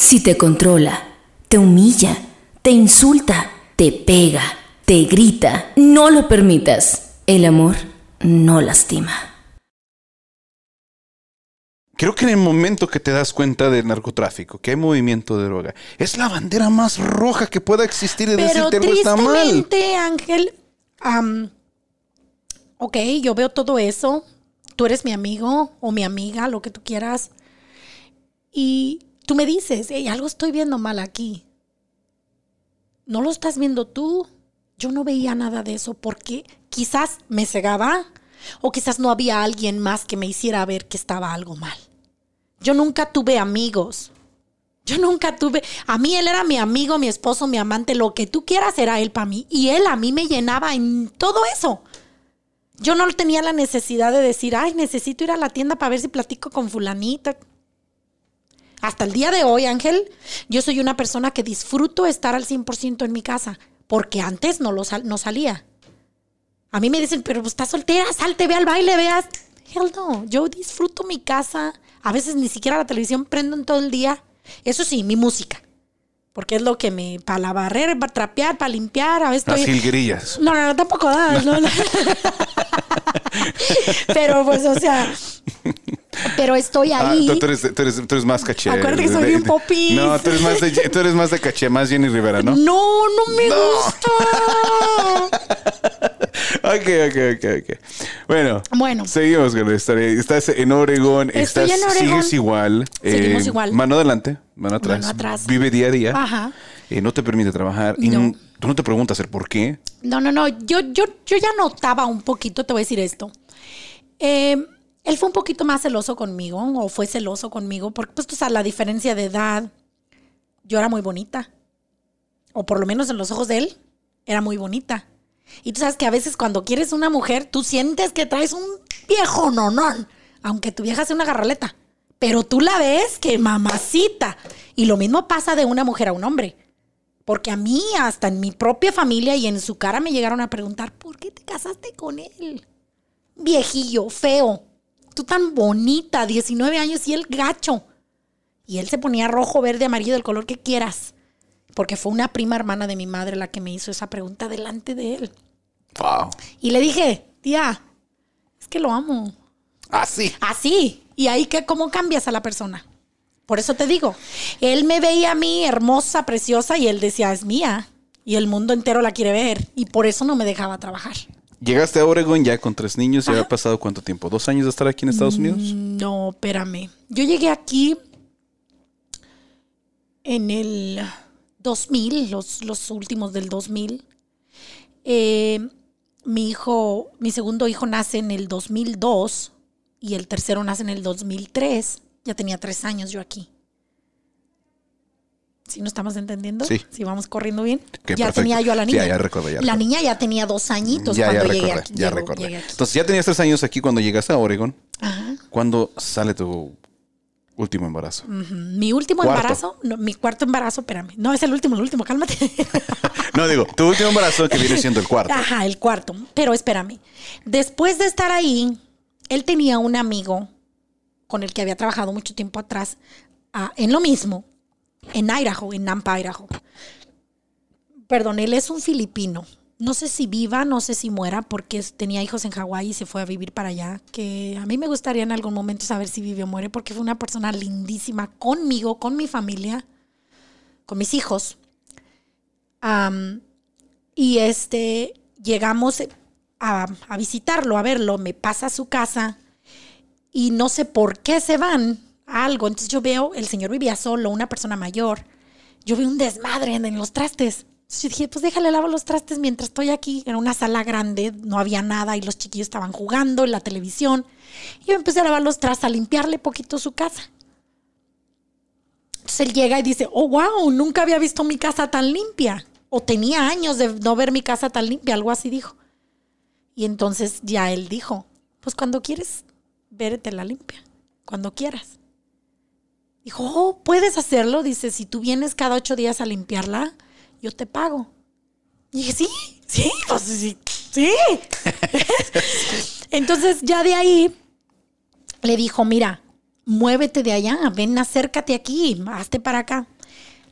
Si te controla, te humilla, te insulta, te pega, te grita, no lo permitas. El amor no lastima. Creo que en el momento que te das cuenta del narcotráfico, que hay movimiento de droga, es la bandera más roja que pueda existir de decirte algo está mal. Pero tristemente, Ángel, ok, yo veo todo eso. Tú eres mi amigo o mi amiga, lo que tú quieras. Y tú me dices, hey, algo estoy viendo mal aquí. ¿No lo estás viendo tú? Yo no veía nada de eso porque quizás me cegaba o quizás no había alguien más que me hiciera ver que estaba algo mal. Yo nunca tuve amigos. A mí él era mi amigo, mi esposo, mi amante, lo que tú quieras era él para mí. Y él a mí me llenaba en todo eso. Yo no tenía la necesidad de decir, ay, necesito ir a la tienda para ver si platico con fulanita. Hasta el día de hoy, Ángel, yo soy una persona que disfruto estar al 100% en mi casa. Porque antes no salía. A mí me dicen, pero estás soltera, salte, ve al baile, veas. Hell no, yo disfruto mi casa. A veces ni siquiera la televisión prendo en todo el día. Eso sí, mi música. Porque es lo que para la barrer, para trapear, para limpiar. A veces las jilguerillas. No, tampoco da. No. Pero pues, o sea... Pero estoy ahí. Tú eres más caché. Acuérdate que soy un popis. No, tú eres más de caché, más Jenny Rivera, ¿no? No me gusta. Ok. Bueno, seguimos con la historia. Estás en Oregón. Estoy en Oregón. Sigues igual. Seguimos igual. Mano adelante, mano atrás. Vive día a día. Ajá. No te permite trabajar. Y no. Tú no te preguntas el por qué. No. Yo ya notaba un poquito, te voy a decir esto. Él fue un poquito más celoso conmigo, o fue celoso conmigo, porque pues tú sabes, la diferencia de edad, yo era muy bonita. O por lo menos en los ojos de él, era muy bonita. Y tú sabes que a veces cuando quieres una mujer, tú sientes que traes un viejo nonón, aunque tu vieja sea una garraleta. Pero tú la ves que mamacita. Y lo mismo pasa de una mujer a un hombre. Porque a mí, hasta en mi propia familia y en su cara me llegaron a preguntar, ¿por qué te casaste con él? Viejillo, feo. Tú tan bonita, 19 años y él gacho. Y él se ponía rojo, verde, amarillo, del color que quieras. Porque fue una prima hermana de mi madre la que me hizo esa pregunta delante de él. Wow. Y le dije, tía, es que lo amo. Así. Y ahí, ¿cómo cambias a la persona? Por eso te digo, él me veía a mí hermosa, preciosa, y él decía, es mía. Y el mundo entero la quiere ver. Y por eso no me dejaba trabajar. Llegaste a Oregón ya con 3 niños. ¿Ya ha pasado cuánto tiempo? ¿2 años de estar aquí en Estados Unidos? No, espérame. Yo llegué aquí en el 2000, los últimos del 2000. Mi segundo hijo nace en el 2002 y el tercero nace en el 2003. Ya tenía 3 años yo aquí. ¿Sí nos estamos entendiendo? Sí. ¿Sí vamos corriendo bien? Ya perfecto. Tenía yo a la niña. Sí, ya recuerdo. La niña ya tenía 2 añitos cuando llegué aquí. Ya recordé. Entonces ya tenías 3 años aquí cuando llegaste a Oregón. Ajá. ¿Cuándo sale tu último embarazo? Mi último embarazo, no, mi cuarto embarazo, espérame. No, es el último, cálmate. No, digo, tu último embarazo que viene siendo el cuarto. Ajá, el cuarto. Pero espérame. Después de estar ahí, él tenía un amigo con el que había trabajado mucho tiempo atrás en lo mismo, en Idaho, en Nampa, Idaho. Perdón, él es un filipino. No sé si viva, no sé si muera, porque tenía hijos en Hawái y se fue a vivir para allá. Que a mí me gustaría en algún momento saber si vive o muere, porque fue una persona lindísima conmigo, con mi familia, con mis hijos. Y llegamos a visitarlo, a verlo. Me pasa a su casa y no sé por qué se van a algo. Entonces yo veo, el señor vivía solo, una persona mayor. Yo veo un desmadre en los trastes. Entonces yo dije, pues déjale lavar los trastes mientras estoy aquí. Era una sala grande, no había nada y los chiquillos estaban jugando en la televisión. Y yo empecé a lavar los trastes, a limpiarle poquito su casa. Entonces él llega y dice, oh, wow, nunca había visto mi casa tan limpia. O tenía años de no ver mi casa tan limpia, algo así dijo. Y entonces ya él dijo, pues cuando quieres, véretela limpia, cuando quieras. Dijo, oh, ¿puedes hacerlo? Dice, si tú vienes cada 8 días a limpiarla, yo te pago. Y dije, sí, pues sí. Entonces ya de ahí le dijo, mira, muévete de allá, ven, acércate aquí, hazte para acá.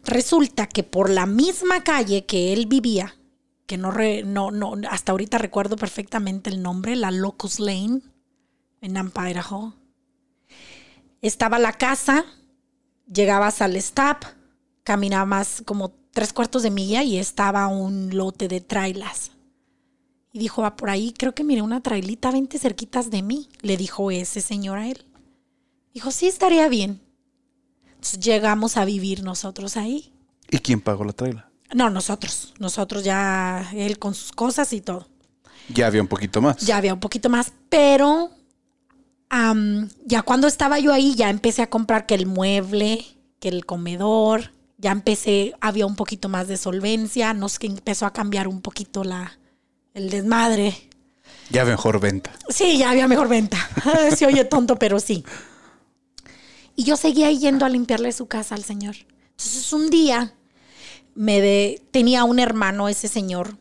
Resulta que por la misma calle que él vivía, que no, hasta ahorita recuerdo perfectamente el nombre, la Locust Lane, en Nampa, Idaho, estaba la casa, llegabas al stop, caminabas como 3/4 de milla y estaba un lote de trailas. Y dijo, por ahí creo que miré una trailita, vente cerquitas de mí, le dijo ese señor a él. Dijo, sí, estaría bien. Entonces llegamos a vivir nosotros ahí. ¿Y quién pagó la traila? No, nosotros ya, él con sus cosas y todo. Ya había un poquito más. Ya había un poquito más, pero ya cuando estaba yo ahí, ya empecé a comprar que el mueble, que el comedor, había un poquito más de solvencia, que empezó a cambiar un poquito el desmadre. Ya había mejor venta. Sí, ya había mejor venta. Se oye tonto, pero sí. Y yo seguía yendo a limpiarle su casa al señor. Entonces un día tenía un hermano, ese señor.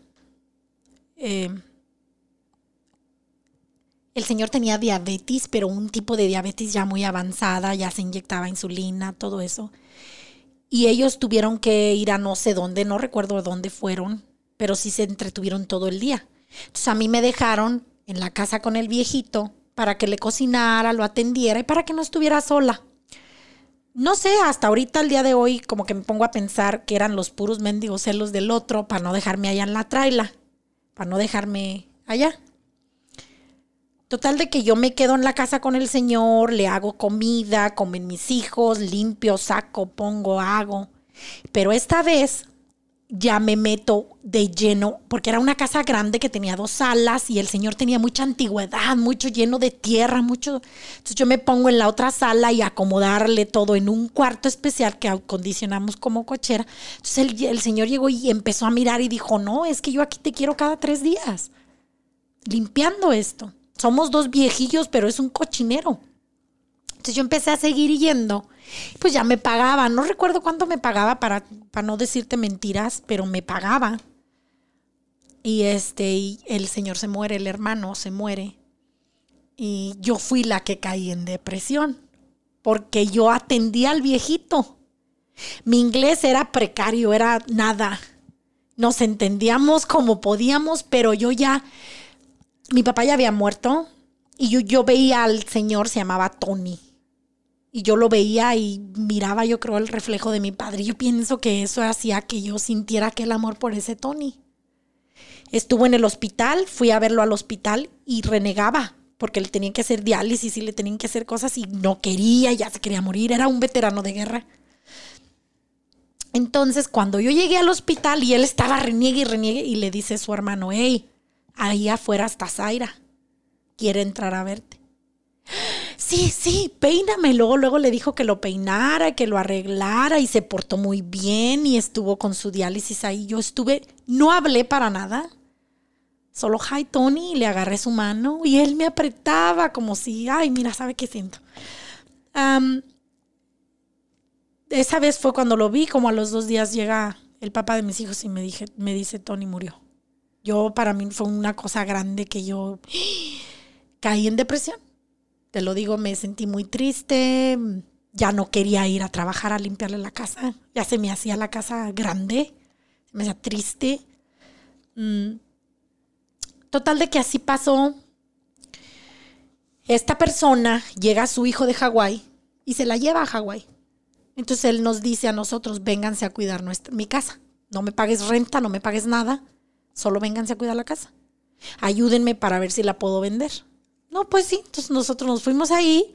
El señor tenía diabetes, pero un tipo de diabetes ya muy avanzada, ya se inyectaba insulina, todo eso. Y ellos tuvieron que ir a no sé dónde, no recuerdo dónde fueron, pero sí se entretuvieron todo el día. Entonces a mí me dejaron en la casa con el viejito para que le cocinara, lo atendiera y para que no estuviera sola. No sé, hasta ahorita, el día de hoy, como que me pongo a pensar que eran los puros mendigos celos del otro para no dejarme allá en la traila, para no dejarme allá. Total de que yo me quedo en la casa con el señor, le hago comida, comen mis hijos, limpio, saco, pongo, hago. Pero esta vez ya me meto de lleno, porque era una casa grande que tenía 2 salas y el señor tenía mucha antigüedad, mucho lleno de tierra, mucho. Entonces yo me pongo en la otra sala y acomodarle todo en un cuarto especial que acondicionamos como cochera. Entonces el señor llegó y empezó a mirar y dijo, no, es que yo aquí te quiero cada 3 días, limpiando esto. Somos 2 viejillos, pero es un cochinero. Entonces yo empecé a seguir yendo. Pues ya me pagaba. No recuerdo cuánto me pagaba para no decirte mentiras, pero me pagaba. Y el señor se muere, el hermano se muere. Y yo fui la que caí en depresión. Porque yo atendía al viejito. Mi inglés era precario, era nada. Nos entendíamos como podíamos, pero yo ya... Mi papá ya había muerto y yo veía al señor, se llamaba Tony. Y yo lo veía y miraba, yo creo, el reflejo de mi padre. Yo pienso que eso hacía que yo sintiera aquel amor por ese Tony. Estuvo en el hospital, fui a verlo al hospital y renegaba porque le tenían que hacer diálisis y le tenían que hacer cosas y no quería, ya se quería morir. Era un veterano de guerra. Entonces, cuando yo llegué al hospital y él estaba reniegue y le dice a su hermano, hey, ahí afuera está Zaira. Quiere entrar a verte. Sí, peíname. Luego le dijo que lo peinara, que lo arreglara y se portó muy bien y estuvo con su diálisis ahí. No hablé para nada. Solo, hi, Tony, y le agarré su mano y él me apretaba como si, ay, mira, ¿sabe qué siento? Esa vez fue cuando lo vi, como a los 2 días llega el papá de mis hijos y me dice, Tony murió. Para mí fue una cosa grande que yo caí en depresión. Te lo digo, me sentí muy triste. Ya no quería ir a trabajar a limpiarle la casa. Ya se me hacía la casa grande. Se me hacía triste. Total de que así pasó. Esta persona llega a su hijo de Hawái y se la lleva a Hawái. Entonces él nos dice a nosotros, vénganse a cuidar mi casa. No me pagues renta, no me pagues nada. Solo vénganse a cuidar la casa. Ayúdenme para ver si la puedo vender. No, pues sí. Entonces nosotros nos fuimos ahí.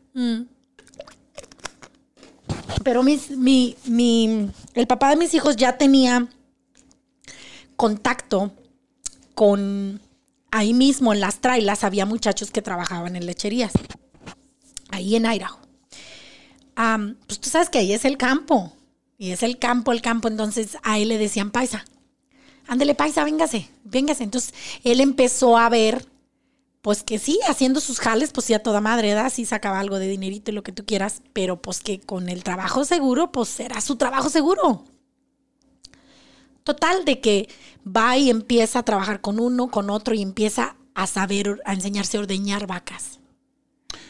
Pero el papá de mis hijos ya tenía contacto con... Ahí mismo en las trailas había muchachos que trabajaban en lecherías. Ahí en Idaho. Pues tú sabes que ahí es el campo. Y es el campo. Entonces a él le decían, paisa. Ándele, paisa, véngase. Entonces él empezó a ver, pues que sí, haciendo sus jales, pues sí, a toda madre, ¿verdad? Sí sacaba algo de dinerito y lo que tú quieras, pero pues que con el trabajo seguro, pues era su trabajo seguro. Total, de que va y empieza a trabajar con uno, con otro y empieza a enseñarse a ordeñar vacas.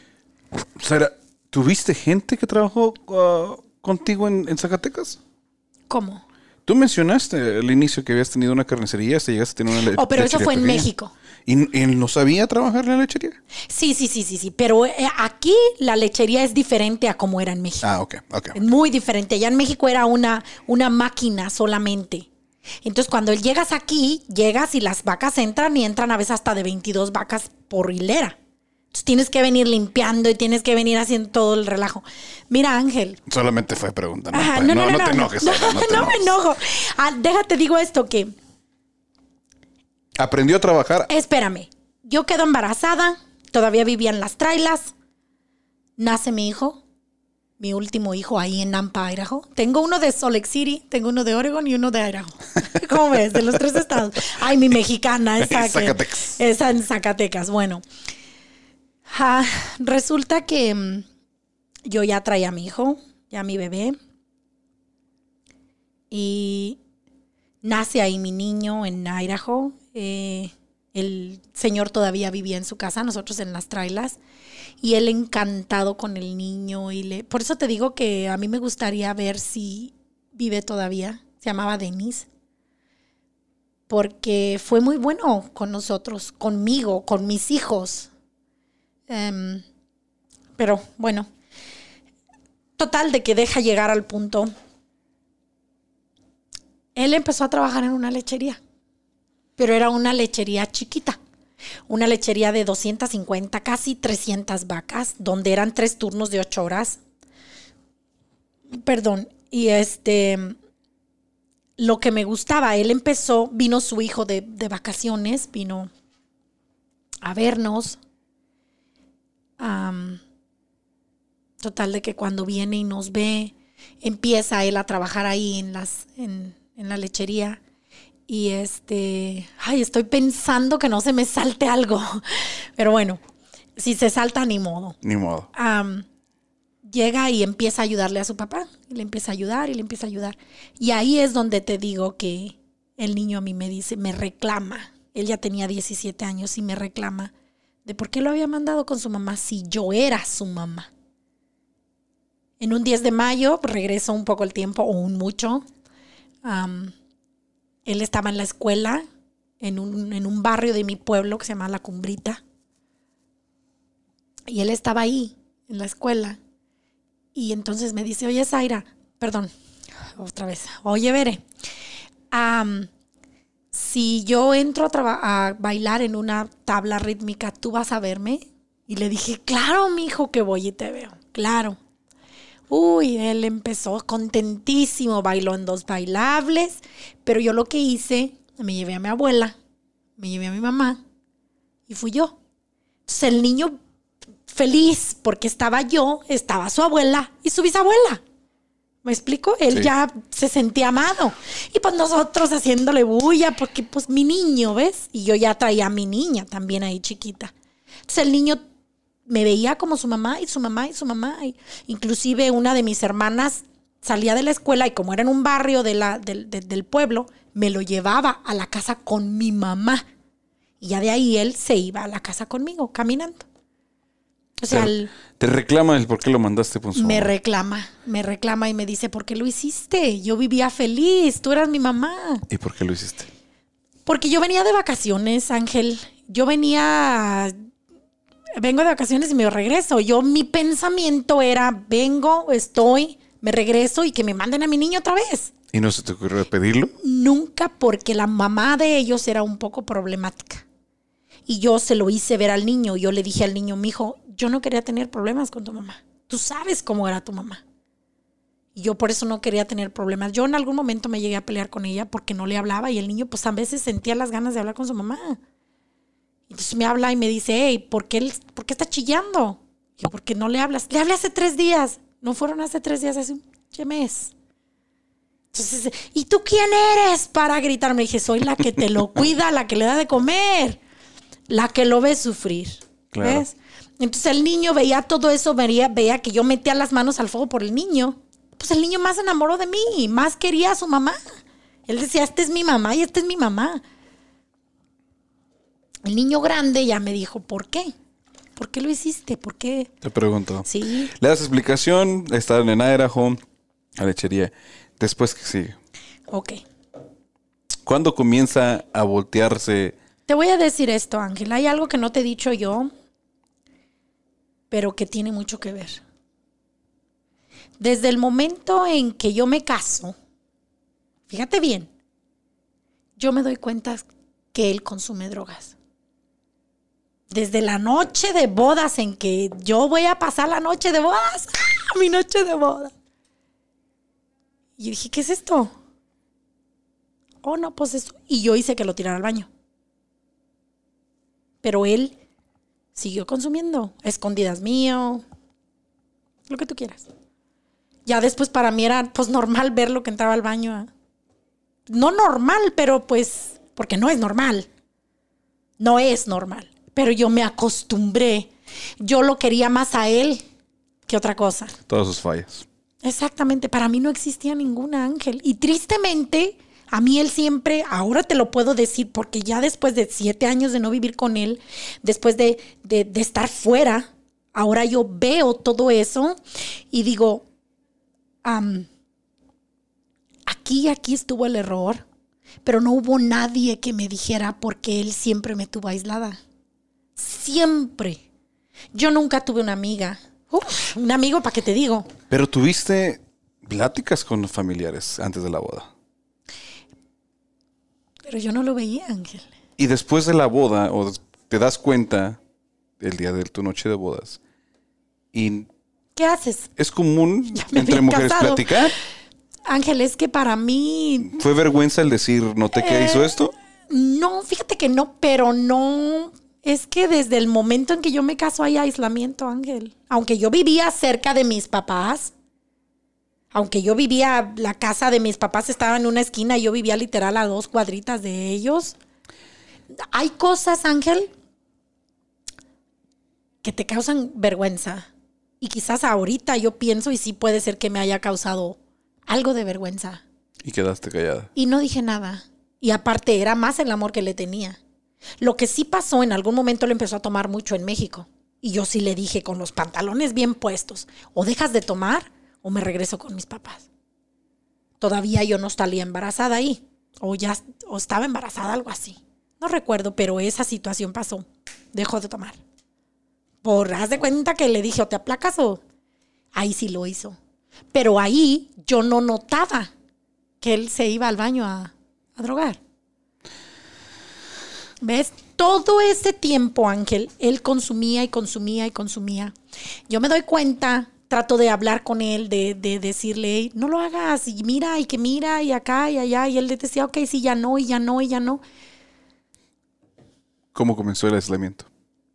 Sara, ¿tuviste gente que trabajó contigo en Zacatecas? ¿Cómo? Tú mencionaste al inicio que habías tenido una carnicería, hasta llegaste a tener una lechería. Oh, pero eso fue en México. ¿Y no sabía trabajar en la lechería? Sí. Pero aquí la lechería es diferente a como era en México. Ah, ok. Es muy diferente. Allá en México era una máquina solamente. Entonces, cuando llegas aquí, llegas y las vacas entran y entran a veces hasta de 22 vacas por hilera. Entonces, tienes que venir limpiando y tienes que venir haciendo todo el relajo. Mira, Ángel. Solamente fue pregunta. No te enojes. No me enojo. Déjate, digo esto que... Aprendió a trabajar. Espérame. Yo quedo embarazada. Todavía vivía en las trailas. Nace mi hijo. Mi último hijo ahí en Nampa, Idaho. Tengo uno de Salt Lake City, tengo uno de Oregon y uno de Idaho. ¿Cómo ves? De los 3 estados. Ay, mi mexicana. Zacatecas. Esa en Zacatecas. Bueno. Resulta que yo ya traía a mi hijo, ya a mi bebé. Y nace ahí mi niño en Idaho. El señor todavía vivía en su casa, nosotros en las trailas. Y él encantado con el niño. Por eso te digo que a mí me gustaría ver si vive todavía. Se llamaba Denise. Porque fue muy bueno con nosotros, conmigo, con mis hijos. Pero bueno, total de que deja llegar al punto. Él empezó a trabajar en una lechería, pero era una lechería chiquita, una lechería de 250, casi 300 vacas, donde eran 3 turnos de 8 horas. Perdón, y lo que me gustaba, vino su hijo de vacaciones, vino a vernos. Total de que cuando viene y nos ve, empieza él a trabajar ahí en la lechería. Y estoy pensando que no se me salte algo. Pero bueno, si se salta, ni modo. Ni modo. Llega y empieza a ayudarle a su papá. Y le empieza a ayudar. Y ahí es donde te digo que el niño a mí me reclama. Él ya tenía 17 años y me reclama de por qué lo había mandado con su mamá si yo era su mamá. En un 10 de mayo, regreso un poco el tiempo, o un mucho. Él estaba en la escuela, en un barrio de mi pueblo que se llama La Cumbrita. Y él estaba ahí, en la escuela. Y entonces me dice, oye, Zaira, perdón, otra vez. Oye, Bere, si yo entro a bailar en una tabla rítmica, ¿tú vas a verme? Y le dije, claro, mijo, que voy y te veo. Claro. Uy, él empezó contentísimo, bailó en 2 bailables, pero yo lo que hice, me llevé a mi abuela, me llevé a mi mamá y fui yo. Entonces el niño feliz porque estaba yo, estaba su abuela y su bisabuela. ¿Me explico? Él sí. Ya se sentía amado. Y pues nosotros haciéndole bulla porque pues mi niño, ¿ves? Y yo ya traía a mi niña también ahí chiquita. Entonces el niño me veía como su mamá y su mamá y su mamá. Y inclusive una de mis hermanas salía de la escuela y como era en un barrio del pueblo, me lo llevaba a la casa con mi mamá. Y ya de ahí él se iba a la casa conmigo, caminando. O sea, te reclama el por qué lo mandaste con su mamá. Me reclama y me dice, ¿por qué lo hiciste? Yo vivía feliz, tú eras mi mamá. ¿Y por qué lo hiciste? Porque yo venía de vacaciones, Ángel. Vengo de vacaciones y me regreso. Mi pensamiento era, me regreso y que me manden a mi niño otra vez. ¿Y no se te ocurrió pedirlo? Nunca, porque la mamá de ellos era un poco problemática. Y yo se lo hice ver al niño. Yo le dije al niño, mijo, yo no quería tener problemas con tu mamá. Tú sabes cómo era tu mamá. Y yo por eso no quería tener problemas. Yo en algún momento me llegué a pelear con ella porque no le hablaba. Y el niño pues a veces sentía las ganas de hablar con su mamá. Entonces me habla y me dice, hey, ¿por qué está chillando? Yo, ¿por qué no le hablas? Le hablé hace 3 días. No fueron hace 3 días, hace un mes. Entonces, ¿y tú quién eres para gritar? Me dije, soy la que te lo cuida, la que le da de comer, la que lo ve sufrir. Claro. ¿Ves? Entonces el niño veía todo eso, veía que yo metía las manos al fuego por el niño. Pues el niño más se enamoró de mí, más quería a su mamá. Él decía, esta es mi mamá y esta es mi mamá. El niño grande ya me dijo, ¿por qué? ¿Por qué lo hiciste? ¿Por qué? Te pregunto. Sí. Le das explicación, estaban en Idaho, la lechería. Después, ¿qué sigue? Ok. ¿Cuándo comienza a voltearse? Te voy a decir esto, Ángel. Hay algo que no te he dicho yo, pero que tiene mucho que ver. Desde el momento en que yo me caso, fíjate bien, yo me doy cuenta que él consume drogas. Desde la noche de bodas en que yo voy a pasar la noche de bodas, mi noche de bodas. Y yo dije, ¿qué es esto? Oh, no, pues eso. Y yo hice que lo tirara al baño. Pero él siguió consumiendo, a escondidas mío, lo que tú quieras. Ya después para mí era pues normal verlo que entraba al baño. No normal, pero pues, porque no es normal. No es normal. Pero yo me acostumbré. Yo lo quería más a él que otra cosa. Todas sus fallas. Exactamente. Para mí no existía ninguna, Ángel. Y tristemente, a mí él siempre, ahora te lo puedo decir, porque ya después de 7 años de no vivir con él, después de estar fuera, ahora yo veo todo eso y digo, aquí estuvo el error, pero no hubo nadie que me dijera porque él siempre me tuvo aislada. Siempre. Yo nunca tuve una amiga. Un amigo, ¿para qué te digo? Pero tuviste pláticas con los familiares antes de la boda. Pero yo no lo veía, Ángel. Y después de la boda, o te das cuenta el día de tu noche de bodas, y ¿qué haces? es común me entre había mujeres casado. platicar. Ángel, es que para mí... ¿Fue vergüenza el decir, noté que hizo esto? No, fíjate que no, pero no... Es que desde el momento en que yo me caso hay aislamiento, Ángel. Aunque yo vivía cerca de mis papás, la casa de mis papás estaba en una esquina y yo vivía literal a 2 cuadritas de ellos. Hay cosas, Ángel, que te causan vergüenza. Y quizás ahorita yo pienso y sí puede ser que me haya causado algo de vergüenza. Y quedaste callada. Y no dije nada. Y aparte era más el amor que le tenía. Lo que sí pasó, en algún momento lo empezó a tomar mucho en México. Y yo sí le dije con los pantalones bien puestos, o dejas de tomar o me regreso con mis papás. Todavía yo no salía embarazada ahí. O estaba embarazada, algo así. No recuerdo, pero esa situación pasó. Dejó de tomar. Haz de cuenta que le dije, o te aplacas o... Ahí sí lo hizo. Pero ahí yo no notaba que él se iba al baño a drogar. ¿Ves? Todo ese tiempo, Ángel, él consumía y consumía y consumía. Yo me doy cuenta, trato de hablar con él, de decirle, no lo hagas, y mira, y que mira, y acá, y allá. Y él le decía, ok, sí, ya no, y ya no, y ya no. ¿Cómo comenzó el aislamiento?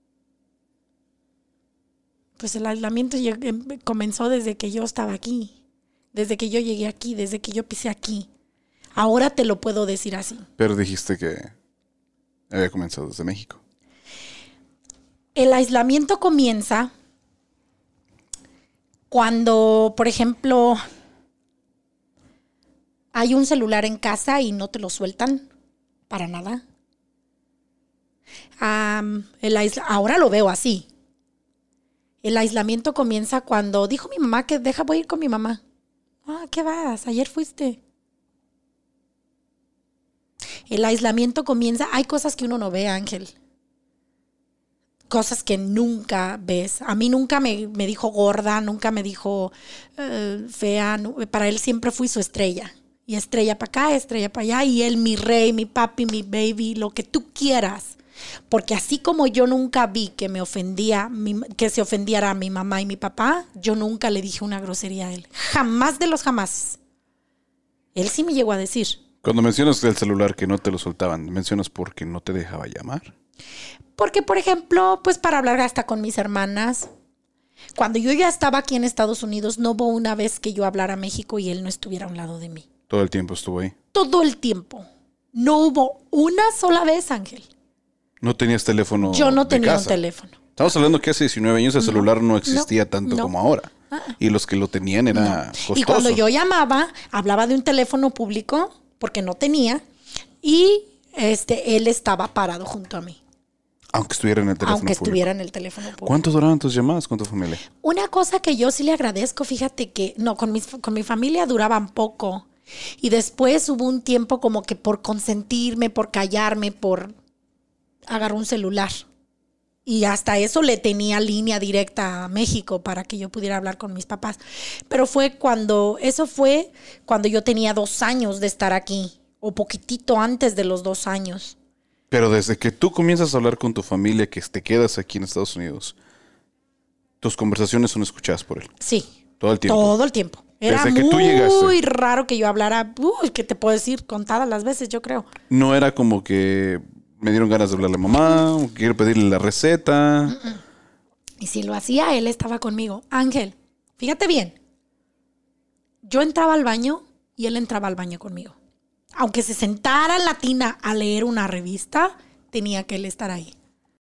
Pues el aislamiento comenzó desde que yo estaba aquí, desde que yo llegué aquí, desde que yo pisé aquí. Ahora te lo puedo decir así. Pero dijiste que había comenzado desde México. El aislamiento comienza cuando, por ejemplo, hay un celular en casa y no te lo sueltan para nada. Ahora lo veo así. El aislamiento comienza cuando dijo mi mamá que voy a ir con mi mamá. Ah, ¿qué vas? Ayer fuiste. El aislamiento comienza. Hay cosas que uno no ve, Ángel. Cosas que nunca ves. A mí nunca me dijo gorda, nunca me dijo fea. Para él siempre fui su estrella. Y estrella para acá, estrella para allá. Y él mi rey, mi papi, mi baby, lo que tú quieras. Porque así como yo nunca vi que me ofendía, que se ofendiera a mi mamá y mi papá, yo nunca le dije una grosería a él. Jamás de los jamás. Él sí me llegó a decir. Cuando mencionas el celular que no te lo soltaban, ¿mencionas porque no te dejaba llamar? Porque, por ejemplo, pues para hablar hasta con mis hermanas. Cuando yo ya estaba aquí en Estados Unidos, no hubo una vez que yo hablara a México y él no estuviera a un lado de mí. Todo el tiempo estuvo ahí. Todo el tiempo. No hubo una sola vez, Ángel. ¿No tenías teléfono? Yo no tenía casa? Un teléfono. Estamos hablando que hace 19 años el celular no existía tanto como ahora. Y los que lo tenían era costoso. Y cuando yo llamaba, hablaba de un teléfono público, porque no tenía, y él estaba parado junto a mí. Aunque estuviera en el teléfono público. Estuviera en el teléfono público. ¿Cuánto duraban tus llamadas con tu familia? Una cosa que yo sí le agradezco, fíjate que, no, con mi familia duraban poco. Y después hubo un tiempo como que por consentirme, por callarme, agarró un celular. Y hasta eso le tenía línea directa a México para que yo pudiera hablar con mis papás. Pero eso fue cuando yo tenía 2 años de estar aquí, o poquitito antes de los 2 años. Pero desde que tú comienzas a hablar con tu familia, que te quedas aquí en Estados Unidos, tus conversaciones son escuchadas por él. Sí. Todo el tiempo. Todo el tiempo. Era desde que tú llegaste. Muy raro que yo hablara, ¿qué te puedo decir? Contadas las veces, yo creo. No era como que me dieron ganas de hablarle a mamá, o quiero pedirle la receta. Y si lo hacía, él estaba conmigo. Ángel, fíjate bien. Yo entraba al baño y él entraba al baño conmigo. Aunque se sentara en la tina a leer una revista, tenía que él estar ahí.